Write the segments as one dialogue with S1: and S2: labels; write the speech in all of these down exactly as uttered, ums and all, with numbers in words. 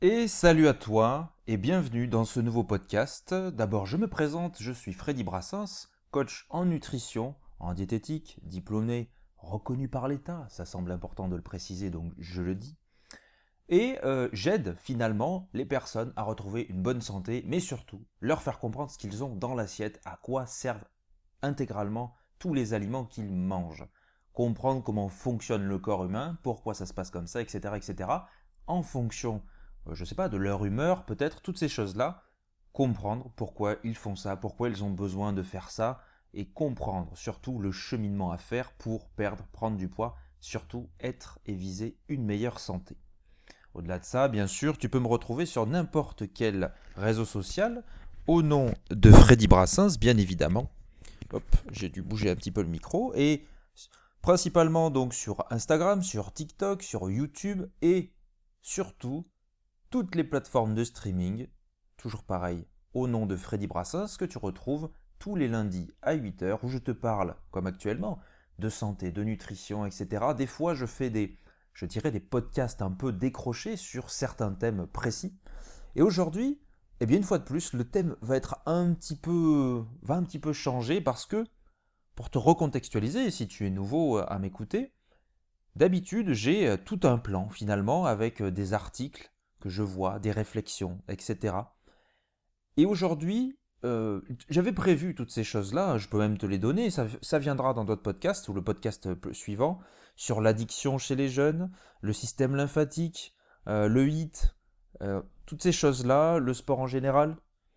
S1: Et salut à toi et bienvenue dans ce nouveau podcast. D'abord, je me présente, je suis Freddy Brassens, coach en nutrition, en diététique, diplômé, reconnu par l'État, ça semble important de le préciser donc je le dis. Et euh, j'aide finalement les personnes à retrouver une bonne santé, mais surtout leur faire comprendre ce qu'ils ont dans l'assiette, à quoi servent intégralement tous les aliments qu'ils mangent. Comprendre comment fonctionne le corps humain, pourquoi ça se passe comme ça, et cetera et cetera. En fonction, euh, je ne sais pas, de leur humeur, peut-être, toutes ces choses-là. Comprendre pourquoi ils font ça, pourquoi ils ont besoin de faire ça, et comprendre surtout le cheminement à faire pour perdre, prendre du poids, surtout être et viser une meilleure santé. Au-delà de ça, bien sûr, tu peux me retrouver sur n'importe quel réseau social au nom de Freddy Brassens, bien évidemment. Hop, j'ai dû bouger un petit peu le micro et principalement donc sur Instagram, sur TikTok, sur YouTube et surtout toutes les plateformes de streaming, toujours pareil, au nom de Freddy Brassens, que tu retrouves tous les lundis à huit heures où je te parle, comme actuellement, de santé, de nutrition, et cetera. Des fois, je fais des, je dirais, des podcasts un peu décrochés sur certains thèmes précis. Et aujourd'hui, eh bien, une fois de plus, le thème va être un petit peu, va un petit peu changer parce que, pour te recontextualiser, si tu es nouveau à m'écouter, d'habitude, j'ai tout un plan finalement avec des articles que je vois, des réflexions, et cetera. Et aujourd'hui, euh, j'avais prévu toutes ces choses-là, je peux même te les donner, ça, ça viendra dans d'autres podcasts ou le podcast suivant sur l'addiction chez les jeunes, le système lymphatique, euh, le HIIT, euh, toutes ces choses-là, le sport en général.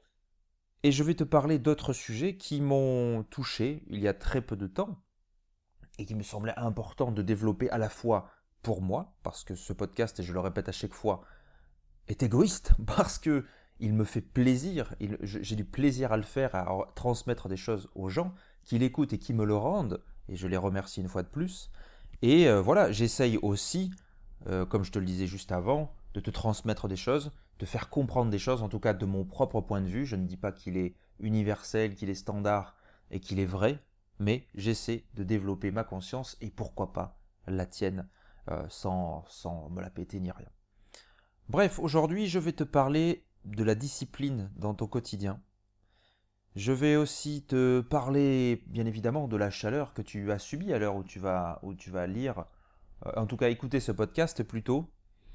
S1: Et je vais te parler d'autres sujets qui m'ont touché il y a très peu de temps et qui me semblait important de développer à la fois pour moi, parce que ce podcast, et je le répète à chaque fois, est égoïste, parce que il me fait plaisir, il, j'ai du plaisir à le faire, à transmettre des choses aux gens qui l'écoutent et qui me le rendent, et je les remercie une fois de plus. Et euh, voilà, j'essaye aussi, euh, comme je te le disais juste avant, de te transmettre des choses, de faire comprendre des choses, en tout cas de mon propre point de vue. Je ne dis pas qu'il est universel, qu'il est standard et qu'il est vrai, mais j'essaie de développer ma conscience et pourquoi pas la tienne, euh, sans, sans me la péter ni rien. Bref, aujourd'hui je vais te parler de la discipline dans ton quotidien. Je vais aussi te parler bien évidemment de la chaleur que tu as subie à l'heure où tu vas, où tu vas lire, euh, en tout cas écouter ce podcast plutôt.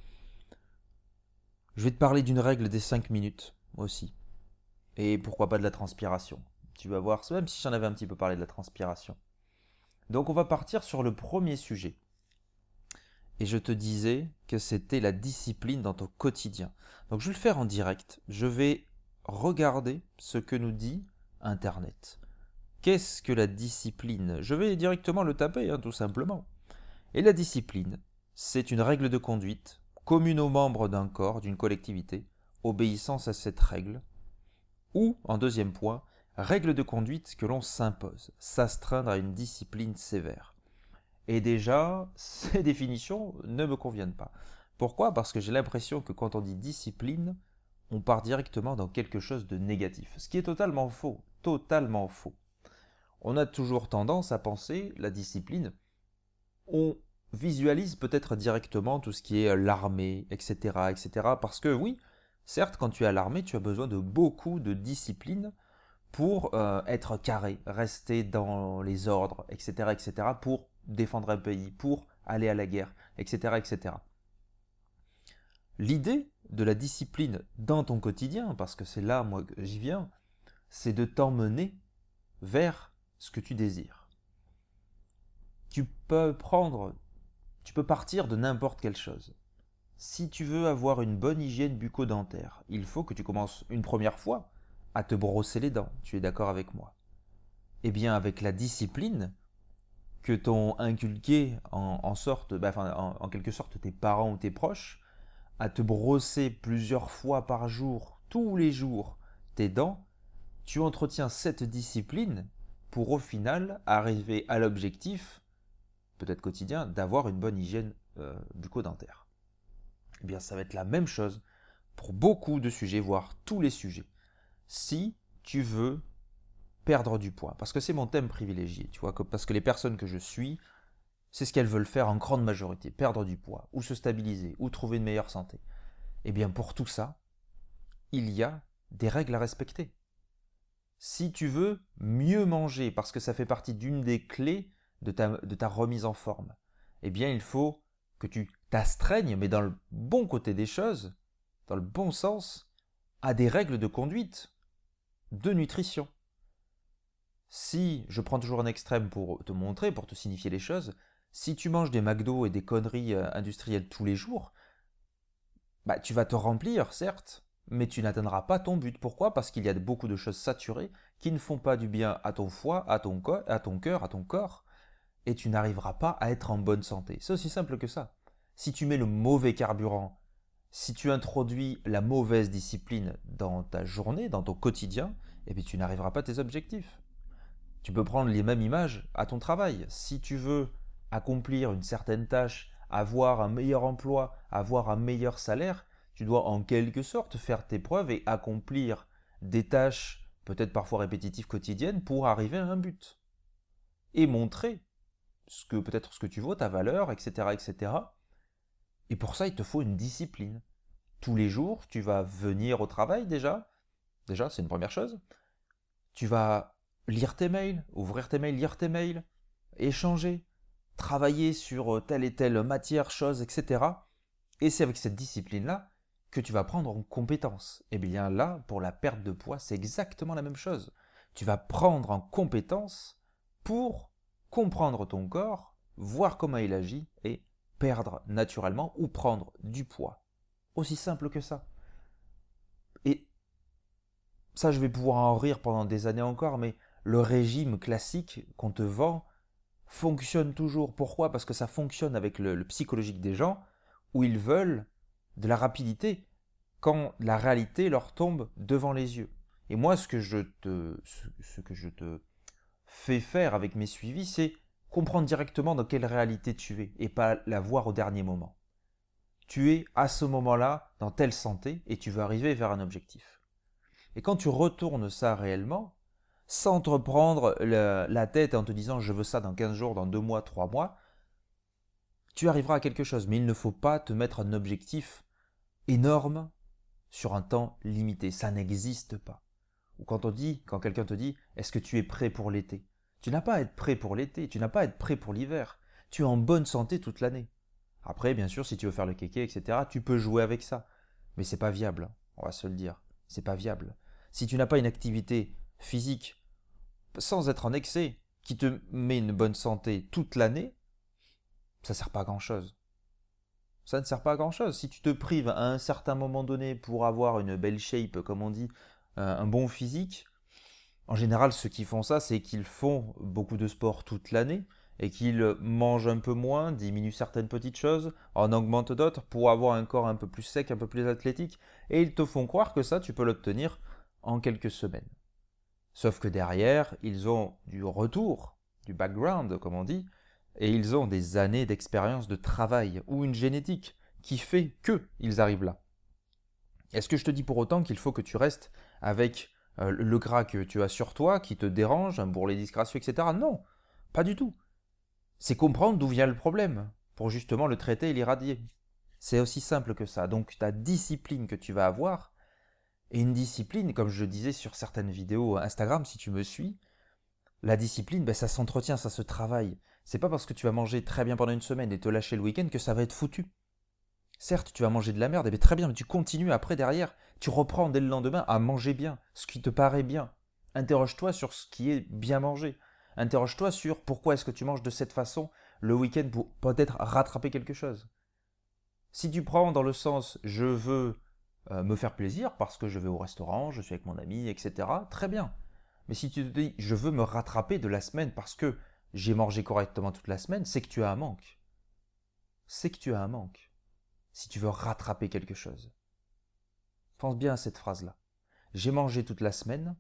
S1: Je vais te parler d'une règle des cinq minutes aussi. Et pourquoi pas de la transpiration. Tu vas voir, même si j'en avais un petit peu parlé de la transpiration. Donc on va partir sur le premier sujet. Et je te disais que c'était la discipline dans ton quotidien. Donc je vais le faire en direct. Je vais regarder ce que nous dit Internet. Qu'est-ce que la discipline? Je vais directement le taper, hein, tout simplement. Et la discipline, c'est une règle de conduite commune aux membres d'un corps, d'une collectivité, obéissance à cette règle, ou, en deuxième point, règle de conduite que l'on s'impose, s'astreindre à une discipline sévère. Et déjà, ces définitions ne me conviennent pas. Pourquoi? Parce que j'ai l'impression que quand on dit discipline, on part directement dans quelque chose de négatif. Ce qui est totalement faux. Totalement faux. On a toujours tendance à penser la discipline, on visualise peut-être directement tout ce qui est l'armée, et cetera, et cetera. Parce que oui, certes, quand tu es à l'armée, tu as besoin de beaucoup de discipline pour euh, être carré, rester dans les ordres, et cetera, et cetera, pour défendre un pays, pour aller à la guerre, et cetera, et cetera. L'idée de la discipline dans ton quotidien, parce que c'est là, moi, que j'y viens, c'est de t'emmener vers ce que tu désires. Tu peux prendre, tu peux partir de n'importe quelle chose. Si tu veux avoir une bonne hygiène bucco-dentaire, il faut que tu commences une première fois à te brosser les dents. Tu es d'accord avec moi? Eh bien, avec la discipline que t'ont inculqué en, en sorte, bah, enfin, en, en quelque sorte tes parents ou tes proches, à te brosser plusieurs fois par jour, tous les jours, tes dents, tu entretiens cette discipline pour au final arriver à l'objectif, peut-être quotidien, d'avoir une bonne hygiène euh, bucco-dentaire. Eh bien, ça va être la même chose pour beaucoup de sujets, voire tous les sujets. Si tu veux perdre du poids, parce que c'est mon thème privilégié, tu vois, parce que les personnes que je suis, c'est ce qu'elles veulent faire en grande majorité, perdre du poids, ou se stabiliser, ou trouver une meilleure santé. Eh bien pour tout ça, il y a des règles à respecter. Si tu veux mieux manger, parce que ça fait partie d'une des clés de ta, de ta remise en forme, eh bien il faut que tu t'astreignes, mais dans le bon côté des choses, dans le bon sens, à des règles de conduite, de nutrition. Si, je prends toujours un extrême pour te montrer, pour te signifier les choses, si tu manges des McDo et des conneries industrielles tous les jours, bah, tu vas te remplir, certes, mais tu n'atteindras pas ton but. Pourquoi? Parce qu'il y a beaucoup de choses saturées qui ne font pas du bien à ton foie, à ton, co- à ton cœur, à ton corps, et tu n'arriveras pas à être en bonne santé. C'est aussi simple que ça. Si tu mets le mauvais carburant, si tu introduis la mauvaise discipline dans ta journée, dans ton quotidien, eh bien, tu n'arriveras pas à tes objectifs. Tu peux prendre les mêmes images à ton travail. Si tu veux accomplir une certaine tâche, avoir un meilleur emploi, avoir un meilleur salaire, tu dois en quelque sorte faire tes preuves et accomplir des tâches, peut-être parfois répétitives quotidiennes, pour arriver à un but. Et montrer ce que peut-être ce que tu vaux, ta valeur, et cetera, et cetera. Et pour ça, il te faut une discipline. Tous les jours, tu vas venir au travail déjà. Déjà, c'est une première chose. Tu vas lire tes mails, ouvrir tes mails, lire tes mails, échanger, travailler sur telle et telle matière, chose, et cetera. Et c'est avec cette discipline-là que tu vas prendre en compétence. Et bien là, pour la perte de poids, c'est exactement la même chose. Tu vas prendre en compétence pour comprendre ton corps, voir comment il agit et perdre naturellement ou prendre du poids. Aussi simple que ça. Et ça, je vais pouvoir en rire pendant des années encore, mais le régime classique qu'on te vend fonctionne toujours. Pourquoi? Parce que ça fonctionne avec le, le psychologique des gens, où ils veulent de la rapidité quand la réalité leur tombe devant les yeux. Et moi, ce que je te, ce, ce que je te fais faire avec mes suivis, c'est comprendre directement dans quelle réalité tu es et pas la voir au dernier moment. Tu es à ce moment-là dans telle santé et tu veux arriver vers un objectif. Et quand tu retournes ça réellement, sans te reprendre la, la tête en te disant je veux ça dans quinze jours, dans deux mois, trois mois, tu arriveras à quelque chose. Mais il ne faut pas te mettre un objectif énorme sur un temps limité. Ça n'existe pas. Ou quand on dit, quand quelqu'un te dit est-ce que tu es prêt pour l'été? Tu n'as pas à être prêt pour l'été, tu n'as pas à être prêt pour l'hiver. Tu es en bonne santé toute l'année. Après, bien sûr, si tu veux faire le kéké, et cetera, tu peux jouer avec ça. Mais c'est pas viable, on va se le dire. C'est pas viable. Si tu n'as pas une activité physique sans être en excès, qui te met une bonne santé toute l'année, ça ne sert pas à grand chose. Ça ne sert pas à grand chose. Si tu te prives à un certain moment donné pour avoir une belle shape, comme on dit, un bon physique, en général, ceux qui font ça, c'est qu'ils font beaucoup de sport toute l'année et qu'ils mangent un peu moins, diminuent certaines petites choses, en augmentent d'autres pour avoir un corps un peu plus sec, un peu plus athlétique, et ils te font croire que ça, tu peux l'obtenir en quelques semaines. Sauf que derrière, ils ont du retour, du background, comme on dit, et ils ont des années d'expérience de travail ou une génétique qui fait qu'ils arrivent là. Est-ce que je te dis pour autant qu'il faut que tu restes avec euh, le gras que tu as sur toi, qui te dérange, un bourrelet disgracieux, et cetera. Non, pas du tout. C'est comprendre d'où vient le problème, pour justement le traiter et l'irradier. C'est aussi simple que ça. Donc ta discipline que tu vas avoir, et une discipline, comme je le disais sur certaines vidéos Instagram, si tu me suis, la discipline, ben, ça s'entretient, ça se travaille. C'est pas parce que tu vas manger très bien pendant une semaine et te lâcher le week-end que ça va être foutu. Certes, tu vas manger de la merde, et bien très bien, mais tu continues après derrière, tu reprends dès le lendemain à manger bien, ce qui te paraît bien. Interroge-toi sur ce qui est bien mangé. Interroge-toi sur pourquoi est-ce que tu manges de cette façon le week-end pour peut-être rattraper quelque chose. Si tu prends dans le sens je veux euh, me faire plaisir parce que je vais au restaurant, je suis avec mon ami, et cetera, très bien. Mais si tu te dis je veux me rattraper de la semaine parce que j'ai mangé correctement toute la semaine, c'est que tu as un manque. C'est que tu as un manque. Si tu veux rattraper quelque chose. Pense bien à cette phrase-là. J'ai mangé toute la semaine.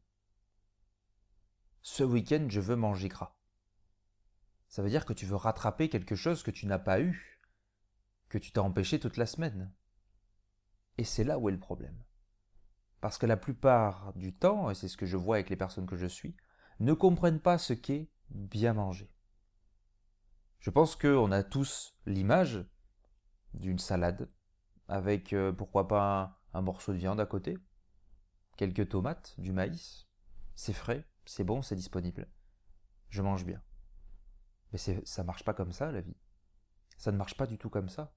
S1: Ce week-end, je veux manger gras. Ça veut dire que tu veux rattraper quelque chose que tu n'as pas eu, que tu t'as empêché toute la semaine. Et c'est là où est le problème. Parce que la plupart du temps, et c'est ce que je vois avec les personnes que je suis, ne comprennent pas ce qu'est bien manger. Je pense qu'on a tous l'image d'une salade, avec euh, pourquoi pas un, un morceau de viande à côté, quelques tomates, du maïs. C'est frais, c'est bon, c'est disponible. Je mange bien. Mais c'est, ça marche pas comme ça, la vie. Ça ne marche pas du tout comme ça.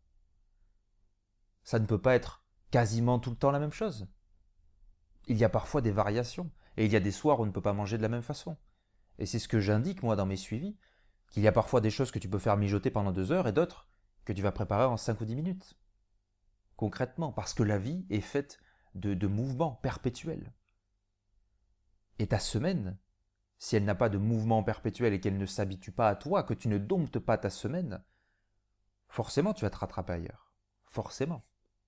S1: Ça ne peut pas être quasiment tout le temps la même chose. Il y a parfois des variations. Et il y a des soirs où on ne peut pas manger de la même façon. Et c'est ce que j'indique, moi, dans mes suivis, qu'il y a parfois des choses que tu peux faire mijoter pendant deux heures et d'autres que tu vas préparer en cinq ou dix minutes. Concrètement, parce que la vie est faite de, de mouvements perpétuels. Et ta semaine, si elle n'a pas de mouvement perpétuel et qu'elle ne s'habitue pas à toi, que tu ne domptes pas ta semaine, forcément tu vas te rattraper ailleurs. Forcément.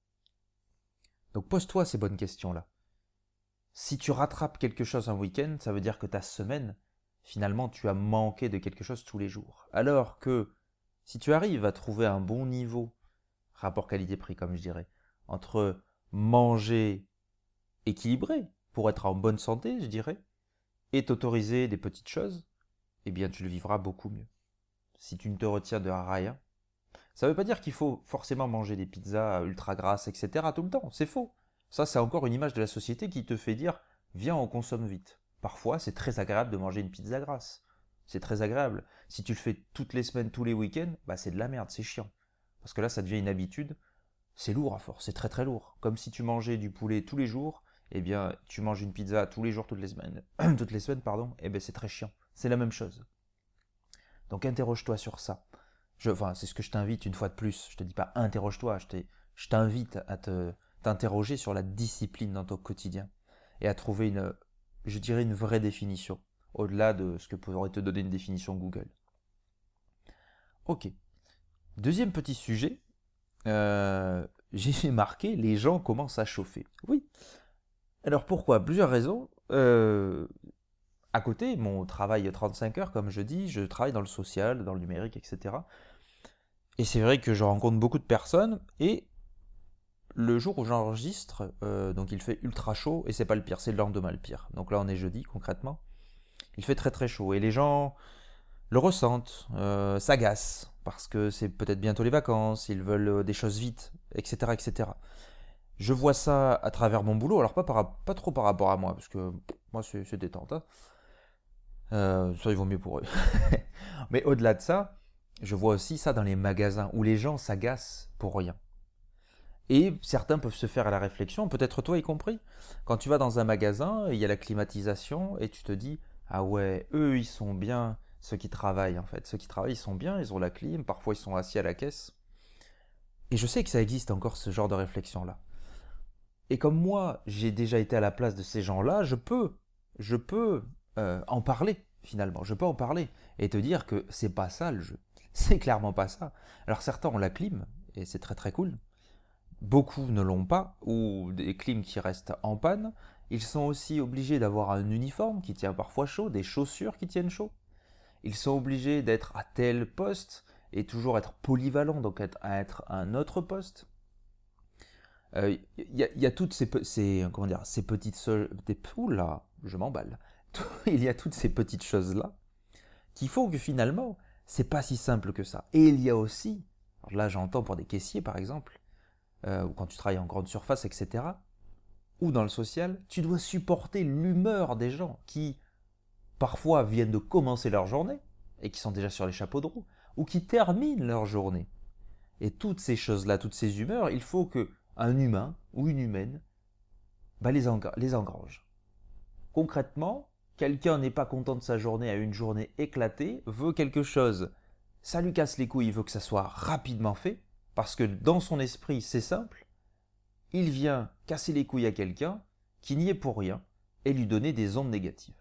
S1: Donc pose-toi ces bonnes questions-là. Si tu rattrapes quelque chose un week-end, ça veut dire que ta semaine, finalement, tu as manqué de quelque chose tous les jours. Alors que si tu arrives à trouver un bon niveau, rapport qualité-prix comme je dirais, entre manger équilibré pour être en bonne santé, je dirais, et t'autoriser des petites choses, eh bien tu le vivras beaucoup mieux. Si tu ne te retiens de rien, ça ne veut pas dire qu'il faut forcément manger des pizzas ultra grasses, et cetera tout le temps, c'est faux. Ça, c'est encore une image de la société qui te fait dire « viens, on consomme vite ». Parfois, c'est très agréable de manger une pizza grasse. C'est très agréable. Si tu le fais toutes les semaines, tous les week-ends, bah c'est de la merde, c'est chiant. Parce que là, ça devient une habitude. C'est lourd à force, c'est très très lourd. Comme si tu mangeais du poulet tous les jours, eh bien, tu manges une pizza tous les jours, toutes les semaines, toutes les semaines, pardon, eh bien, c'est très chiant. C'est la même chose. Donc, interroge-toi sur ça. Je, enfin, c'est ce que je t'invite une fois de plus. Je te dis pas interroge-toi, je, je t'invite à te, t'interroger sur la discipline dans ton quotidien et à trouver une, je dirais, une vraie définition, au-delà de ce que pourrait te donner une définition Google. Ok. Deuxième petit sujet, euh, j'ai marqué, les gens commencent à chauffer. Oui. Alors pourquoi? Plusieurs raisons. Euh, à côté, mon travail trente-cinq heures, comme je dis, je travaille dans le social, dans le numérique, et cetera. Et c'est vrai que je rencontre beaucoup de personnes, et le jour où j'enregistre, euh, donc il fait ultra chaud, et c'est pas le pire, c'est le lendemain le pire. Donc là on est jeudi concrètement. Il fait très très chaud, et les gens le ressentent, euh, s'agacent, parce que c'est peut-être bientôt les vacances, ils veulent des choses vite, et cetera et cetera. Je vois ça à travers mon boulot, alors pas, par, pas trop par rapport à moi, parce que moi c'est, c'est détente. Hein. Euh, ça, il vaut mieux pour eux. Mais au-delà de ça, je vois aussi ça dans les magasins, où les gens s'agacent pour rien. Et certains peuvent se faire à la réflexion, peut-être toi y compris, quand tu vas dans un magasin, il y a la climatisation, et tu te dis, ah ouais, eux ils sont bien, ceux qui travaillent en fait. Ceux qui travaillent ils sont bien, ils ont la clim, parfois ils sont assis à la caisse. Et je sais que ça existe encore ce genre de réflexion-là. Et comme moi, j'ai déjà été à la place de ces gens-là, je peux, je peux euh, en parler finalement. Je peux en parler et te dire que c'est pas ça le jeu. C'est clairement pas ça. Alors certains ont la clim et c'est très très cool. Beaucoup ne l'ont pas ou des clims qui restent en panne. Ils sont aussi obligés d'avoir un uniforme qui tient parfois chaud, des chaussures qui tiennent chaud. Ils sont obligés d'être à tel poste et toujours être polyvalents, donc être, à être à un autre poste. Il euh, y, y a toutes ces, ces, comment dire, ces petites... Des, oula, je m'emballe. Il y a toutes ces petites choses-là qui font que finalement, c'est pas si simple que ça. Et il y a aussi, alors là j'entends pour des caissiers par exemple, euh, ou quand tu travailles en grande surface, et cetera, ou dans le social, tu dois supporter l'humeur des gens qui, parfois, viennent de commencer leur journée, et qui sont déjà sur les chapeaux de roue, ou qui terminent leur journée. Et toutes ces choses-là, toutes ces humeurs, il faut que un humain ou une humaine bah, les, engra- les engrange. Concrètement, quelqu'un n'est pas content de sa journée, a une journée éclatée, veut quelque chose, ça lui casse les couilles, il veut que ça soit rapidement fait, parce que dans son esprit, c'est simple, il vient casser les couilles à quelqu'un qui n'y est pour rien et lui donner des ondes négatives.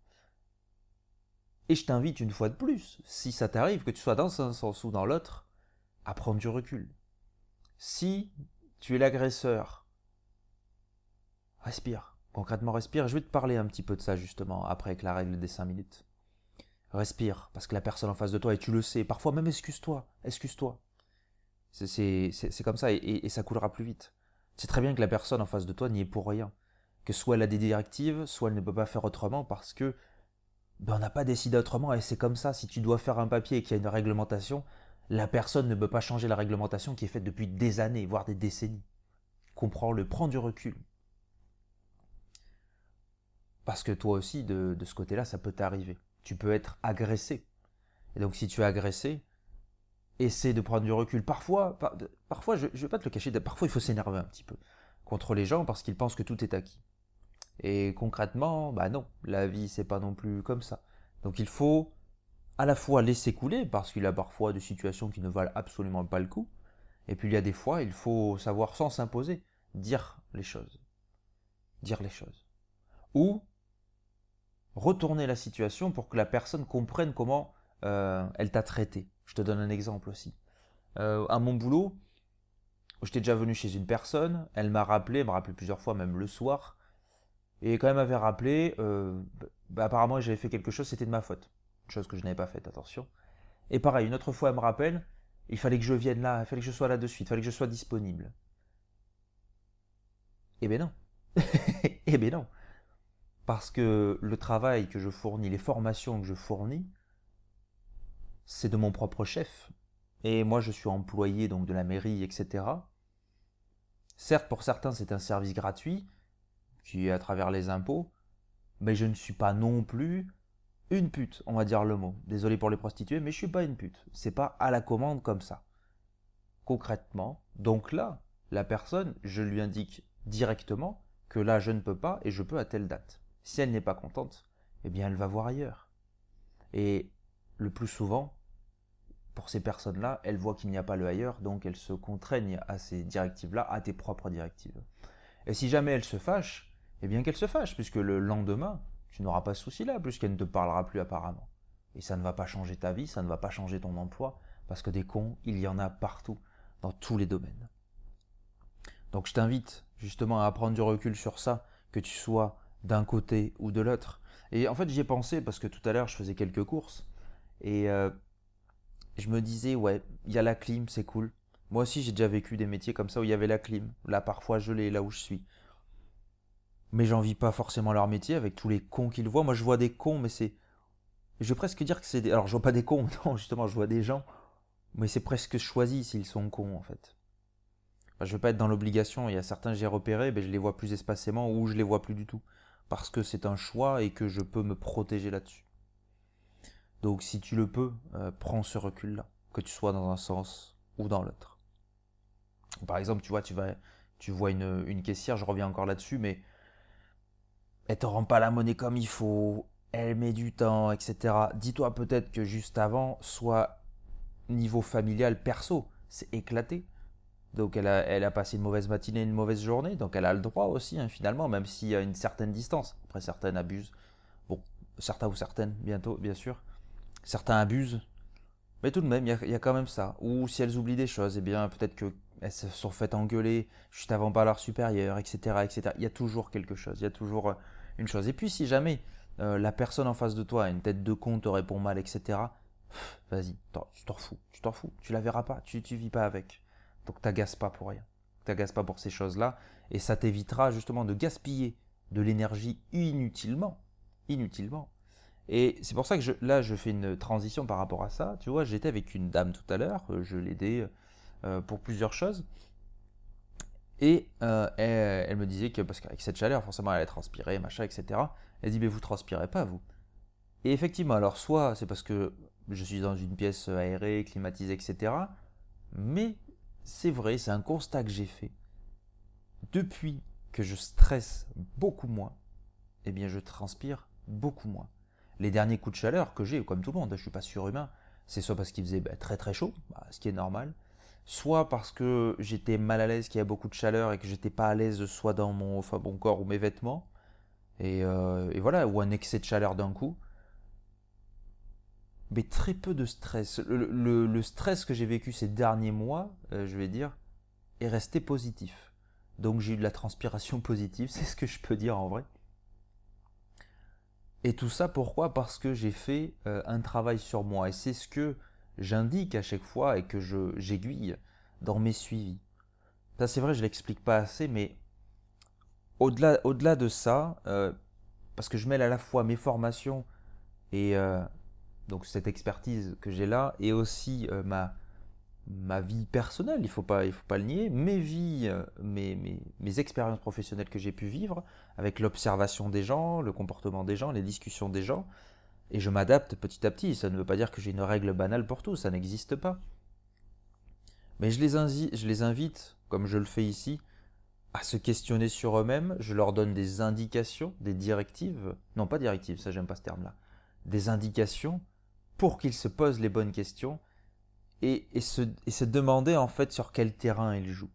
S1: Et je t'invite une fois de plus, si ça t'arrive, que tu sois dans un sens ou dans l'autre, à prendre du recul. Si tu es l'agresseur, respire, concrètement respire. Je vais te parler un petit peu de ça justement, après avec la règle des cinq minutes. Respire, parce que la personne en face de toi, et tu le sais, parfois même excuse-toi, excuse-toi. C'est, c'est, c'est, c'est comme ça, et, et, et ça coulera plus vite. C'est très bien que la personne en face de toi n'y est pour rien. Que soit elle a des directives, soit elle ne peut pas faire autrement parce que ben on n'a pas décidé autrement, et c'est comme ça. Si tu dois faire un papier et qu'il y a une réglementation, la personne ne peut pas changer la réglementation qui est faite depuis des années, voire des décennies. comprends-le, prends du recul. Parce que toi aussi, de, de ce côté-là, ça peut t'arriver. Tu peux être agressé. Et donc si tu es agressé, essaie de prendre du recul. Parfois, par, parfois je ne vais pas te le cacher, parfois il faut s'énerver un petit peu contre les gens parce qu'ils pensent que tout est acquis. Et concrètement, bah non, la vie c'est pas non plus comme ça. Donc il faut à la fois laisser couler parce qu'il y a parfois des situations qui ne valent absolument pas le coup. Et puis il y a des fois, il faut savoir sans s'imposer, dire les choses. Dire les choses. Ou retourner la situation pour que la personne comprenne comment euh, elle t'a traité. Je te donne un exemple aussi. Euh, à mon boulot, j'étais déjà venu chez une personne, elle m'a rappelé, elle m'a rappelé plusieurs fois, même le soir, et quand elle m'avait rappelé, euh, bah, apparemment j'avais fait quelque chose, c'était de ma faute. Une chose que je n'avais pas faite, attention. Et pareil, une autre fois elle me rappelle, il fallait que je vienne là, il fallait que je sois là de suite, il fallait que je sois disponible. Eh ben non. Eh ben non. Parce que le travail que je fournis, les formations que je fournis, c'est de mon propre chef. Et moi, je suis employé donc de la mairie, et cetera. Certes, pour certains, c'est un service gratuit, qui est à travers les impôts, mais je ne suis pas non plus une pute, on va dire le mot. Désolé pour les prostituées, mais je ne suis pas une pute. C'est pas à la commande comme ça. Concrètement, donc là, la personne, je lui indique directement que là, je ne peux pas et je peux à telle date. Si elle n'est pas contente, eh bien, elle va voir ailleurs. Et le plus souvent, pour ces personnes-là, elles voient qu'il n'y a pas le ailleurs, donc elles se contraignent à ces directives-là, à tes propres directives. Et si jamais elles se fâchent, eh bien qu'elles se fâchent, puisque le lendemain, tu n'auras pas ce souci-là, puisqu'elle ne te parlera plus apparemment. Et ça ne va pas changer ta vie, ça ne va pas changer ton emploi, parce que des cons, il y en a partout, dans tous les domaines. Donc je t'invite justement à prendre du recul sur ça, que tu sois d'un côté ou de l'autre. Et en fait, j'y ai pensé, parce que tout à l'heure, je faisais quelques courses, et... Euh, je me disais, ouais, il y a la clim, c'est cool. Moi aussi, j'ai déjà vécu des métiers comme ça où il y avait la clim. Là, parfois, je l'ai là où je suis. Mais j'en vis pas forcément leur métier avec tous les cons qu'ils voient. Moi, je vois des cons, mais c'est. Je vais presque dire que c'est des. Alors, je vois pas des cons, non, justement, je vois des gens. Mais c'est presque choisi s'ils sont cons, en fait. Enfin, je veux pas être dans l'obligation. Il y a certains, j'ai repéré, ben, je les vois plus espacément ou je les vois plus du tout. Parce que c'est un choix et que je peux me protéger là-dessus. Donc si tu le peux, euh, prends ce recul-là, que tu sois dans un sens ou dans l'autre. Par exemple, tu vois, tu, vas, tu vois une, une caissière, je reviens encore là-dessus, mais elle te rend pas la monnaie comme il faut, elle met du temps, et cetera. Dis-toi peut-être que juste avant, soit niveau familial, perso, c'est éclaté. Donc elle a, elle a passé une mauvaise matinée, une mauvaise journée, donc elle a le droit aussi, hein, finalement, même s'il y a une certaine distance. Après, certaines abusent. Bon, certains ou certaines, bientôt, bien sûr. Certains abusent, mais tout de même, il y, y, a quand même ça. Ou si elles oublient des choses, eh bien peut-être qu'elles se sont faites engueuler juste avant par leur supérieur, et cetera, et cetera. Il y a toujours quelque chose, il y a toujours une chose. Et puis si jamais euh, la personne en face de toi a une tête de con, te répond mal, et cetera, pff, vas-y, tu t'en fous, tu t'en fous, tu la verras pas, tu, tu vis pas avec. Donc t'agaces pas pour rien, t'agaces pas pour ces choses-là, et ça t'évitera justement de gaspiller de l'énergie inutilement, inutilement. Et c'est pour ça que je, là, je fais une transition par rapport à ça. Tu vois, j'étais avec une dame tout à l'heure, je l'aidais euh, pour plusieurs choses. Et euh, elle, elle me disait que, parce qu'avec cette chaleur, forcément, elle allait transpirer, machin, et cetera. Elle dit, mais vous transpirez pas, vous. Et effectivement, alors, soit c'est parce que je suis dans une pièce aérée, climatisée, et cetera. Mais c'est vrai, c'est un constat que j'ai fait. Depuis que je stresse beaucoup moins, eh bien, je transpire beaucoup moins. Les derniers coups de chaleur que j'ai, comme tout le monde, je ne suis pas surhumain, c'est soit parce qu'il faisait bah, très très chaud, bah, ce qui est normal, soit parce que j'étais mal à l'aise, qu'il y a beaucoup de chaleur et que j'étais pas à l'aise soit dans mon, enfin, mon corps ou mes vêtements, et, euh, et voilà, ou un excès de chaleur d'un coup. Mais très peu de stress. Le, le, le stress que j'ai vécu ces derniers mois, euh, je vais dire, est resté positif. Donc j'ai eu de la transpiration positive, c'est ce que je peux dire en vrai. Et tout ça pourquoi? Parce que j'ai fait euh, un travail sur moi. Et c'est ce que j'indique à chaque fois et que je, j'aiguille dans mes suivis. Ça c'est vrai, je ne l'explique pas assez, mais au-delà, au-delà de ça, euh, parce que je mêle à la fois mes formations et euh, donc cette expertise que j'ai là, et aussi euh, ma, ma vie personnelle, il ne faut pas, il faut pas le nier, mes vies, euh, mes, mes, mes expériences professionnelles que j'ai pu vivre, avec l'observation des gens, le comportement des gens, les discussions des gens, et je m'adapte petit à petit. Ça ne veut pas dire que j'ai une règle banale pour tout, ça n'existe pas. Mais je les, invi- je les invite, comme je le fais ici, à se questionner sur eux-mêmes. Je leur donne des indications, des directives. Non, pas directives, ça j'aime pas ce terme-là. Des indications pour qu'ils se posent les bonnes questions et, et, se, et se demander en fait sur quel terrain ils jouent.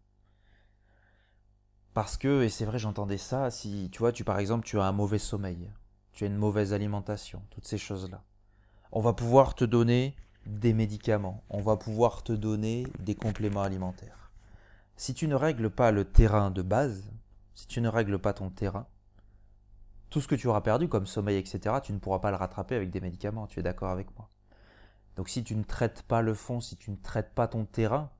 S1: Parce que, et c'est vrai, j'entendais ça, si tu vois, tu par exemple, tu as un mauvais sommeil, tu as une mauvaise alimentation, toutes ces choses-là. On va pouvoir te donner des médicaments, on va pouvoir te donner des compléments alimentaires. Si tu ne règles pas le terrain de base, si tu ne règles pas ton terrain, tout ce que tu auras perdu comme sommeil, et cetera, tu ne pourras pas le rattraper avec des médicaments, tu es d'accord avec moi. Donc si tu ne traites pas le fond, si tu ne traites pas ton terrain,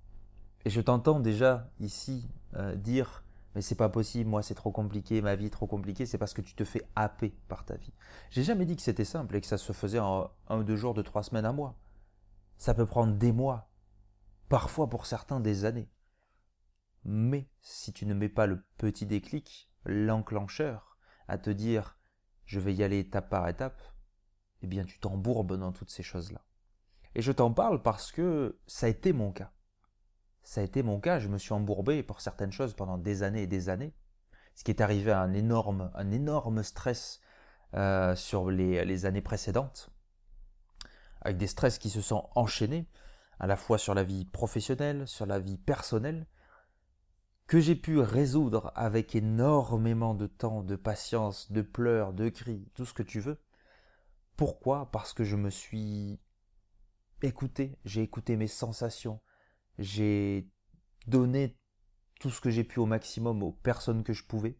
S1: et je t'entends déjà ici euh, dire mais c'est pas possible, moi c'est trop compliqué, ma vie est trop compliquée, c'est parce que tu te fais happer par ta vie. J'ai jamais dit que c'était simple et que ça se faisait en un ou deux jours, de trois semaines, un mois. Ça peut prendre des mois, parfois pour certains des années. Mais si tu ne mets pas le petit déclic, l'enclencheur, à te dire je vais y aller étape par étape, eh bien tu t'embourbes dans toutes ces choses-là. Et je t'en parle parce que ça a été mon cas. Ça a été mon cas, je me suis embourbé pour certaines choses pendant des années et des années, ce qui est arrivé à un énorme, un énorme stress euh, sur les, les années précédentes, avec des stress qui se sont enchaînés, à la fois sur la vie professionnelle, sur la vie personnelle, que j'ai pu résoudre avec énormément de temps, de patience, de pleurs, de cris, tout ce que tu veux. Pourquoi ? Parce que je me suis écouté, j'ai écouté mes sensations, j'ai donné tout ce que j'ai pu au maximum aux personnes que je pouvais.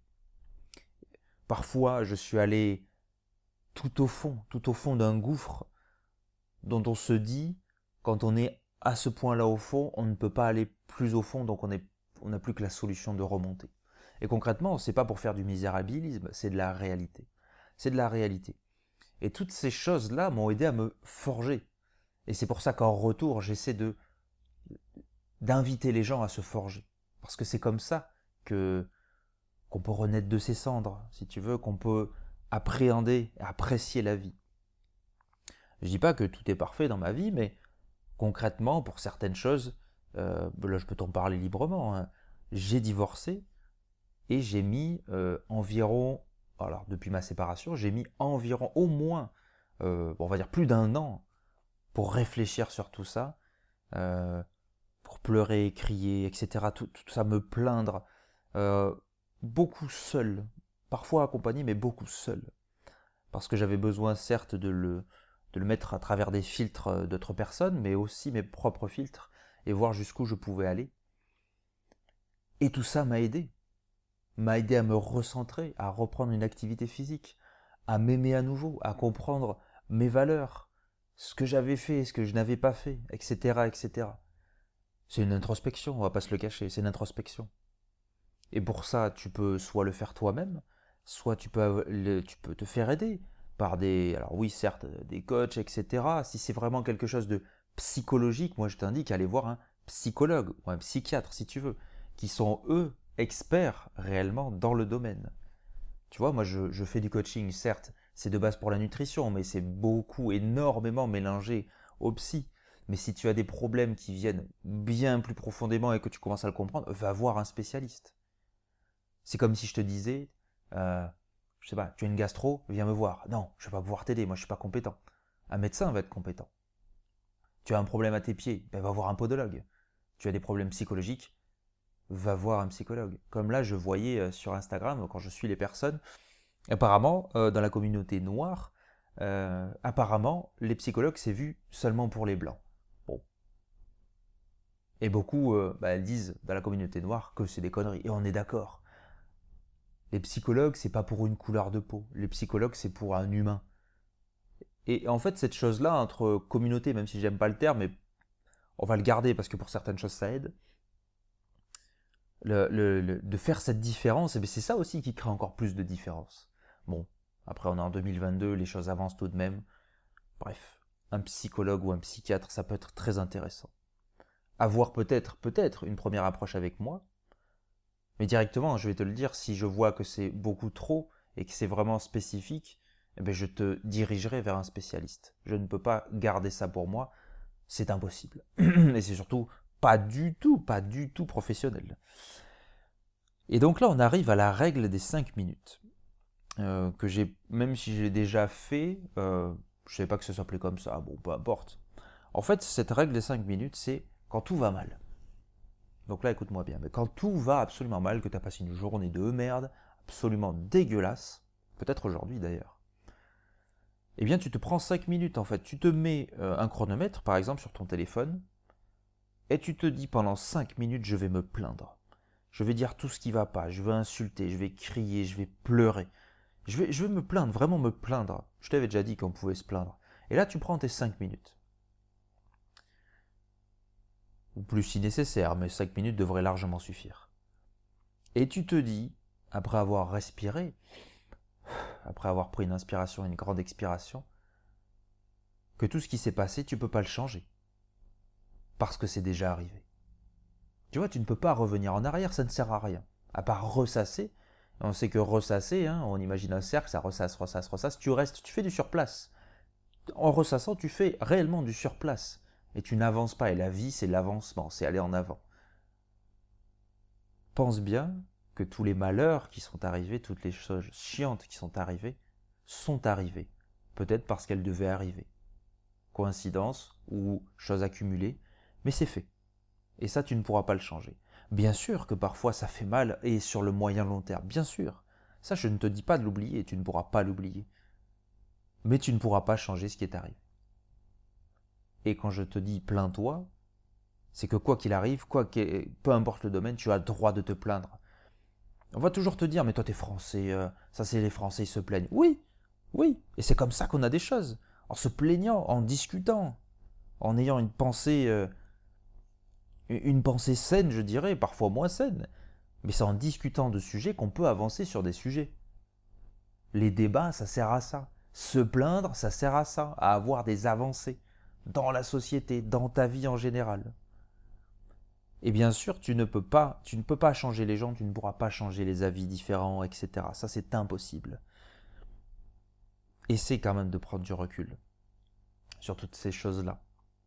S1: Parfois, je suis allé tout au fond, tout au fond d'un gouffre dont on se dit, quand on est à ce point-là au fond, on ne peut pas aller plus au fond, donc on est, on n'a plus que la solution de remonter. Et concrètement, c'est pas pour faire du misérabilisme, c'est de la réalité. C'est de la réalité. Et toutes ces choses-là m'ont aidé à me forger. Et c'est pour ça qu'en retour, j'essaie de d'inviter les gens à se forger. Parce que c'est comme ça que qu'on peut renaître de ses cendres, si tu veux, qu'on peut appréhender, apprécier la vie. Je dis pas que tout est parfait dans ma vie, mais concrètement, pour certaines choses, euh, là je peux t'en parler librement, hein. J'ai divorcé et j'ai mis euh, environ, alors depuis ma séparation, j'ai mis environ au moins, euh, on va dire plus d'un an pour réfléchir sur tout ça, euh, pour pleurer, crier, et cetera. Tout, tout ça, me plaindre, euh, beaucoup seul, parfois accompagné, mais beaucoup seul. Parce que j'avais besoin certes de le, de le mettre à travers des filtres d'autres personnes, mais aussi mes propres filtres, et voir jusqu'où je pouvais aller. Et tout ça m'a aidé. M'a aidé à me recentrer, à reprendre une activité physique, à m'aimer à nouveau, à comprendre mes valeurs, ce que j'avais fait, ce que je n'avais pas fait, et cetera, et cetera. C'est une introspection, on va pas se le cacher, c'est une introspection. Et pour ça, tu peux soit le faire toi-même, soit tu peux, le, tu peux te faire aider par des, alors oui, certes, des coachs, et cetera. Si c'est vraiment quelque chose de psychologique, moi je t'indique à aller voir un psychologue ou un psychiatre si tu veux, qui sont eux experts réellement dans le domaine. Tu vois, moi je, je fais du coaching, certes, c'est de base pour la nutrition, mais c'est beaucoup, énormément mélangé au psy. Mais si tu as des problèmes qui viennent bien plus profondément et que tu commences à le comprendre, va voir un spécialiste. C'est comme si je te disais, euh, je sais pas, tu as une gastro, viens me voir. Non, je vais pas pouvoir t'aider, moi je suis pas compétent. Un médecin va être compétent. Tu as un problème à tes pieds, ben va voir un podologue. Tu as des problèmes psychologiques, va voir un psychologue. Comme là, je voyais euh, sur Instagram, quand je suis les personnes, apparemment, euh, dans la communauté noire, euh, apparemment, les psychologues, c'est vu seulement pour les blancs. Bon. Et beaucoup, euh, bah, elles disent dans la communauté noire que c'est des conneries. Et on est d'accord. Les psychologues, c'est pas pour une couleur de peau. Les psychologues, c'est pour un humain. Et en fait, cette chose-là, entre communauté, même si j'aime pas le terme, mais on va le garder parce que pour certaines choses, ça aide. Le, le, le, de faire cette différence, et c'est ça aussi qui crée encore plus de différence. Bon, après on est en deux mille vingt-deux, les choses avancent tout de même. Bref, un psychologue ou un psychiatre, ça peut être très intéressant. avoir peut-être, peut-être une première approche avec moi, mais directement, je vais te le dire, si je vois que c'est beaucoup trop et que c'est vraiment spécifique, eh bien, je te dirigerai vers un spécialiste. Je ne peux pas garder ça pour moi, c'est impossible. Et c'est surtout pas du tout, pas du tout professionnel. Et donc là, on arrive à la règle des cinq minutes. Euh, que j'ai, même si j'ai déjà fait, euh, je ne savais pas que ça s'appelait comme ça, bon, peu importe. En fait, cette règle des cinq minutes, c'est quand tout va mal. Donc là, écoute-moi bien, mais quand tout va absolument mal, que tu as passé une journée de merde, absolument dégueulasse, peut-être aujourd'hui d'ailleurs, eh bien tu te prends cinq minutes en fait. Tu te mets euh, un chronomètre, par exemple, sur ton téléphone, et tu te dis pendant cinq minutes, je vais me plaindre. Je vais dire tout ce qui va pas, je vais insulter, je vais crier, je vais pleurer. Je vais, je vais me plaindre, vraiment me plaindre. Je t'avais déjà dit qu'on pouvait se plaindre. Et là, tu prends tes cinq minutes. Ou plus si nécessaire, mais cinq minutes devraient largement suffire. Et tu te dis, après avoir respiré, après avoir pris une inspiration et une grande expiration, que tout ce qui s'est passé, tu ne peux pas le changer. Parce que c'est déjà arrivé. Tu vois, tu ne peux pas revenir en arrière, ça ne sert à rien. À part ressasser. On sait que ressasser, hein, on imagine un cercle, ça ressasse, ressasse, ressasse, tu restes, tu fais du surplace. En ressassant, tu fais réellement du surplace. Et tu n'avances pas. Et la vie, c'est l'avancement, c'est aller en avant. Pense bien que tous les malheurs qui sont arrivés, toutes les choses chiantes qui sont arrivées, sont arrivées. Peut-être parce qu'elles devaient arriver. Coïncidence ou chose accumulée, mais c'est fait. Et ça, tu ne pourras pas le changer. Bien sûr que parfois ça fait mal, et sur le moyen long terme, bien sûr. Ça, je ne te dis pas de l'oublier, tu ne pourras pas l'oublier. Mais tu ne pourras pas changer ce qui est arrivé. Et quand je te dis plains-toi, c'est que quoi qu'il arrive, quoi que, peu importe le domaine, tu as le droit de te plaindre. On va toujours te dire, mais toi t'es français, euh, ça c'est les Français, ils se plaignent. Oui, oui, et c'est comme ça qu'on a des choses. En se plaignant, en discutant, en ayant une pensée, euh, une pensée saine, je dirais, parfois moins saine. Mais c'est en discutant de sujets qu'on peut avancer sur des sujets. Les débats, ça sert à ça. Se plaindre, ça sert à ça, à avoir des avancées dans la société, dans ta vie en général. Et bien sûr, tu ne peux pas, tu ne peux pas changer les gens, tu ne pourras pas changer les avis différents, et cetera. Ça, c'est impossible. Essaie quand même de prendre du recul sur toutes ces choses-là.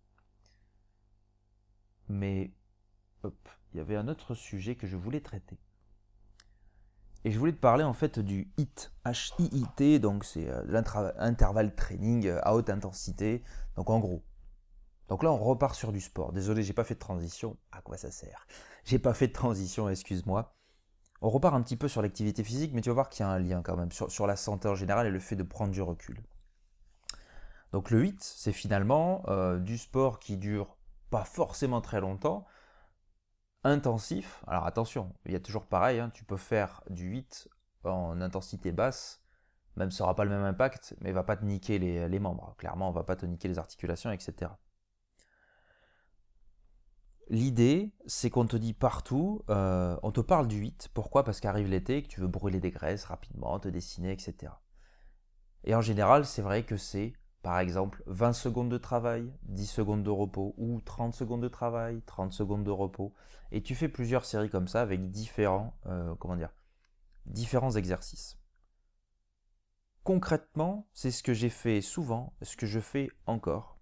S1: Mais, hop, il y avait un autre sujet que je voulais traiter. Et je voulais te parler en fait du H I I T, H I I T, donc c'est l'intervalle training à haute intensité. Donc en gros, donc là on repart sur du sport. Désolé, j'ai pas fait de transition. À quoi ça sert? J'ai pas fait de transition, excuse-moi. On repart un petit peu sur l'activité physique, mais tu vas voir qu'il y a un lien quand même sur, sur la santé en général et le fait de prendre du recul. Donc le H I I T, c'est finalement euh, du sport qui dure pas forcément très longtemps, intensif. Alors attention, il y a toujours pareil, hein, tu peux faire du H I I T en intensité basse, même ça n'aura pas le même impact, mais il ne va pas te niquer les, les membres. Clairement, on ne va pas te niquer les articulations, et cetera. L'idée, c'est qu'on te dit partout, euh, on te parle du H I I T. Pourquoi? Parce qu'arrive l'été, que tu veux brûler des graisses rapidement, te dessiner, et cetera. Et en général, c'est vrai que c'est, par exemple, vingt secondes de travail, dix secondes de repos, ou trente secondes de travail, trente secondes de repos. Et tu fais plusieurs séries comme ça avec différents, euh, comment dire, différents exercices. Concrètement, c'est ce que j'ai fait souvent, ce que je fais encore.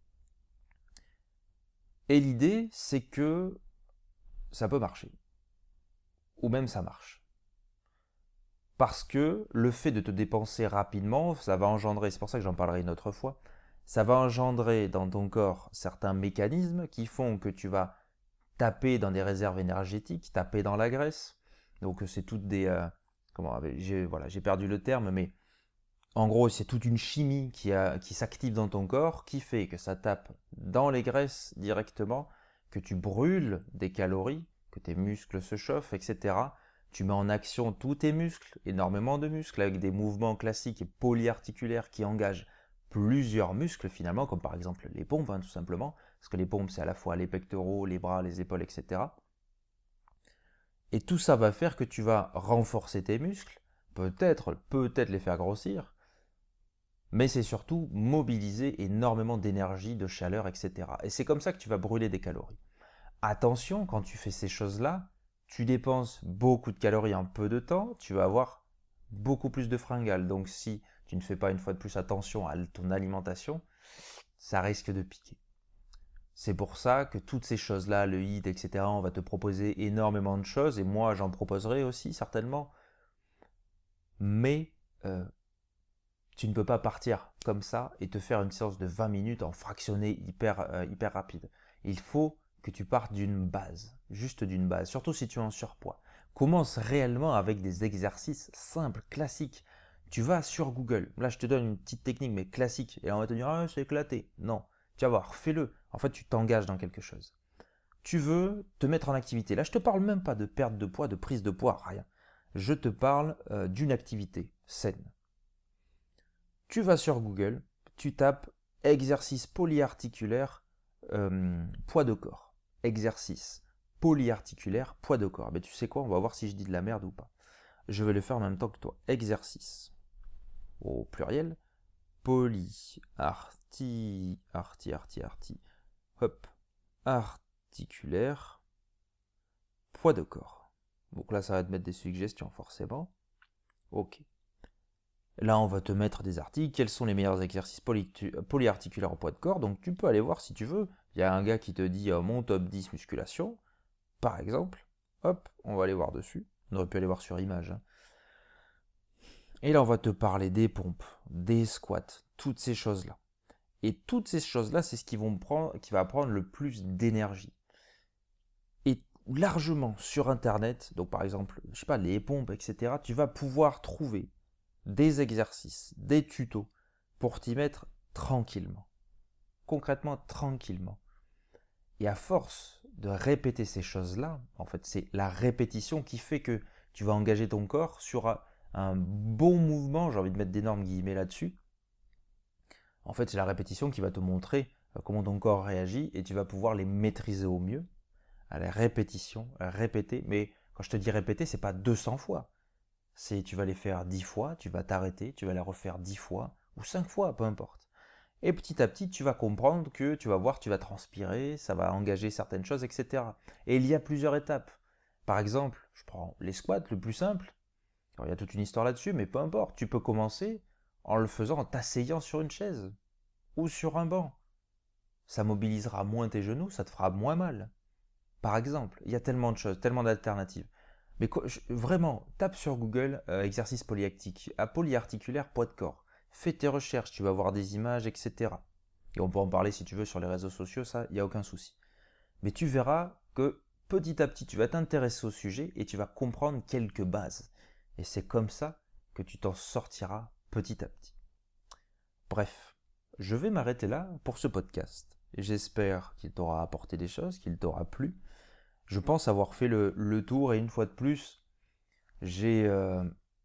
S1: Et l'idée, c'est que ça peut marcher. Ou même ça marche. Parce que le fait de te dépenser rapidement, ça va engendrer, c'est pour ça que j'en parlerai une autre fois, ça va engendrer dans ton corps certains mécanismes qui font que tu vas taper dans des réserves énergétiques, taper dans la graisse. Donc c'est toutes des... Euh, comment, j'ai, voilà, j'ai perdu le terme, mais en gros c'est toute une chimie qui, a, qui s'active dans ton corps, qui fait que ça tape dans les graisses directement, que tu brûles des calories, que tes muscles se chauffent, et cetera. Tu mets en action tous tes muscles, énormément de muscles, avec des mouvements classiques et polyarticulaires qui engagent plusieurs muscles finalement, comme par exemple les pompes, hein, tout simplement, parce que les pompes c'est à la fois les pectoraux, les bras, les épaules, et cetera. Et tout ça va faire que tu vas renforcer tes muscles, peut-être, peut-être les faire grossir, mais c'est surtout mobiliser énormément d'énergie, de chaleur, et cetera. Et c'est comme ça que tu vas brûler des calories. Attention, quand tu fais ces choses-là, tu dépenses beaucoup de calories en peu de temps, tu vas avoir beaucoup plus de fringales. Donc si tu ne fais pas une fois de plus attention à ton alimentation, ça risque de piquer. C'est pour ça que toutes ces choses-là, le hit, et cetera, on va te proposer énormément de choses, et moi j'en proposerai aussi certainement. Mais euh, tu ne peux pas partir comme ça et te faire une séance de vingt minutes en fractionné hyper, euh, hyper rapide. Il faut que tu partes d'une base, juste d'une base, surtout si tu es en surpoids. Commence réellement avec des exercices simples, classiques. Tu vas sur Google, là je te donne une petite technique mais classique, et là on va te dire ah c'est éclaté. Non, tu vas voir, fais-le. En fait tu t'engages dans quelque chose. Tu veux te mettre en activité. Là je te parle même pas de perte de poids, de prise de poids, rien. Je te parle euh, d'une activité saine. Tu vas sur Google, tu tapes exercice polyarticulaire euh, poids de corps. Exercice polyarticulaire poids de corps. Mais tu sais quoi, on va voir si je dis de la merde ou pas. Je vais le faire en même temps que toi. Exercice au pluriel poly arti arti arti arti hop articulaire poids de corps. Donc là ça va te mettre des suggestions forcément. Ok. Là, on va te mettre des articles. Quels sont les meilleurs exercices poly- polyarticulaires au poids de corps? Donc, tu peux aller voir si tu veux. Il y a un gars qui te dit euh, mon top dix musculation, par exemple. Hop, on va aller voir dessus. On aurait pu aller voir sur image. Hein. Et là, on va te parler des pompes, des squats, toutes ces choses-là. Et toutes ces choses-là, c'est ce qui, vont prendre, qui va prendre le plus d'énergie. Et largement sur Internet, donc par exemple, je sais pas, les pompes, et cetera, tu vas pouvoir trouver des exercices, des tutos pour t'y mettre tranquillement. Concrètement, tranquillement. Et à force de répéter ces choses-là, en fait, c'est la répétition qui fait que tu vas engager ton corps sur un bon mouvement, j'ai envie de mettre d'énormes guillemets là-dessus. En fait, c'est la répétition qui va te montrer comment ton corps réagit et tu vas pouvoir les maîtriser au mieux. À la répétition, à répéter, mais quand je te dis répéter, c'est pas deux cents fois. C'est tu vas les faire dix fois, tu vas t'arrêter, tu vas les refaire dix fois ou cinq fois, peu importe. Et petit à petit, tu vas comprendre que tu vas voir, tu vas transpirer, ça va engager certaines choses, et cetera. Et il y a plusieurs étapes. Par exemple, je prends les squats, le plus simple. Alors, il y a toute une histoire là-dessus, mais peu importe. Tu peux commencer en le faisant en t'asseyant sur une chaise ou sur un banc. Ça mobilisera moins tes genoux, ça te fera moins mal. Par exemple, il y a tellement de choses, tellement d'alternatives. Mais quoi, je, vraiment, tape sur Google euh, exercice polyarticulaire poids de corps. Fais tes recherches, tu vas voir des images, et cetera. Et on peut en parler si tu veux sur les réseaux sociaux, ça, il n'y a aucun souci. Mais tu verras que petit à petit, tu vas t'intéresser au sujet et tu vas comprendre quelques bases. Et c'est comme ça que tu t'en sortiras petit à petit. Bref, je vais m'arrêter là pour ce podcast. J'espère qu'il t'aura apporté des choses, qu'il t'aura plu. Je pense avoir fait le, le tour et une fois de plus, j'ai, euh,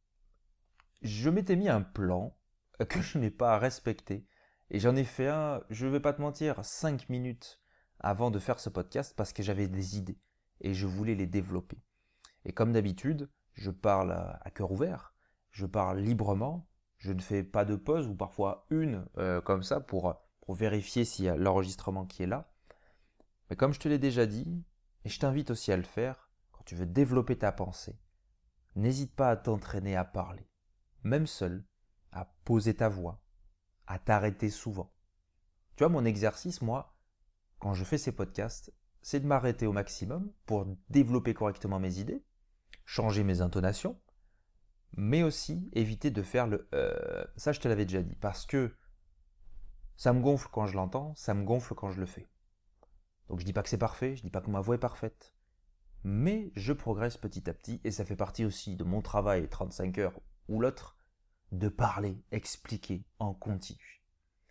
S1: je m'étais mis un plan que je n'ai pas respecté. Et j'en ai fait un, je ne vais pas te mentir, cinq minutes avant de faire ce podcast parce que j'avais des idées et je voulais les développer. Et comme d'habitude, je parle à, à cœur ouvert, je parle librement, je ne fais pas de pause ou parfois une euh, comme ça pour, pour vérifier s'il y a l'enregistrement qui est là. Mais comme je te l'ai déjà dit, et je t'invite aussi à le faire, quand tu veux développer ta pensée, n'hésite pas à t'entraîner à parler, même seul, à poser ta voix, à t'arrêter souvent. Tu vois, mon exercice, moi, quand je fais ces podcasts, c'est de m'arrêter au maximum pour développer correctement mes idées, changer mes intonations, mais aussi éviter de faire le euh, ça je te l'avais déjà dit, parce que ça me gonfle quand je l'entends, ça me gonfle quand je le fais. Donc je dis pas que c'est parfait, je dis pas que ma voix est parfaite, mais je progresse petit à petit et ça fait partie aussi de mon travail trente-cinq heures ou l'autre, de parler, expliquer en continu.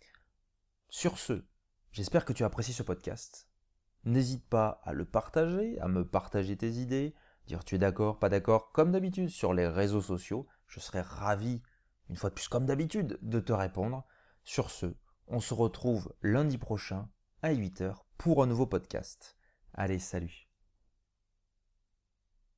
S1: Sur ce, j'espère que tu as apprécié ce podcast. N'hésite pas à le partager, à me partager tes idées, dire tu es d'accord, pas d'accord, comme d'habitude sur les réseaux sociaux. Je serai ravi, une fois de plus comme d'habitude, de te répondre. Sur ce, on se retrouve lundi prochain à huit heures pour un nouveau podcast. Allez, salut!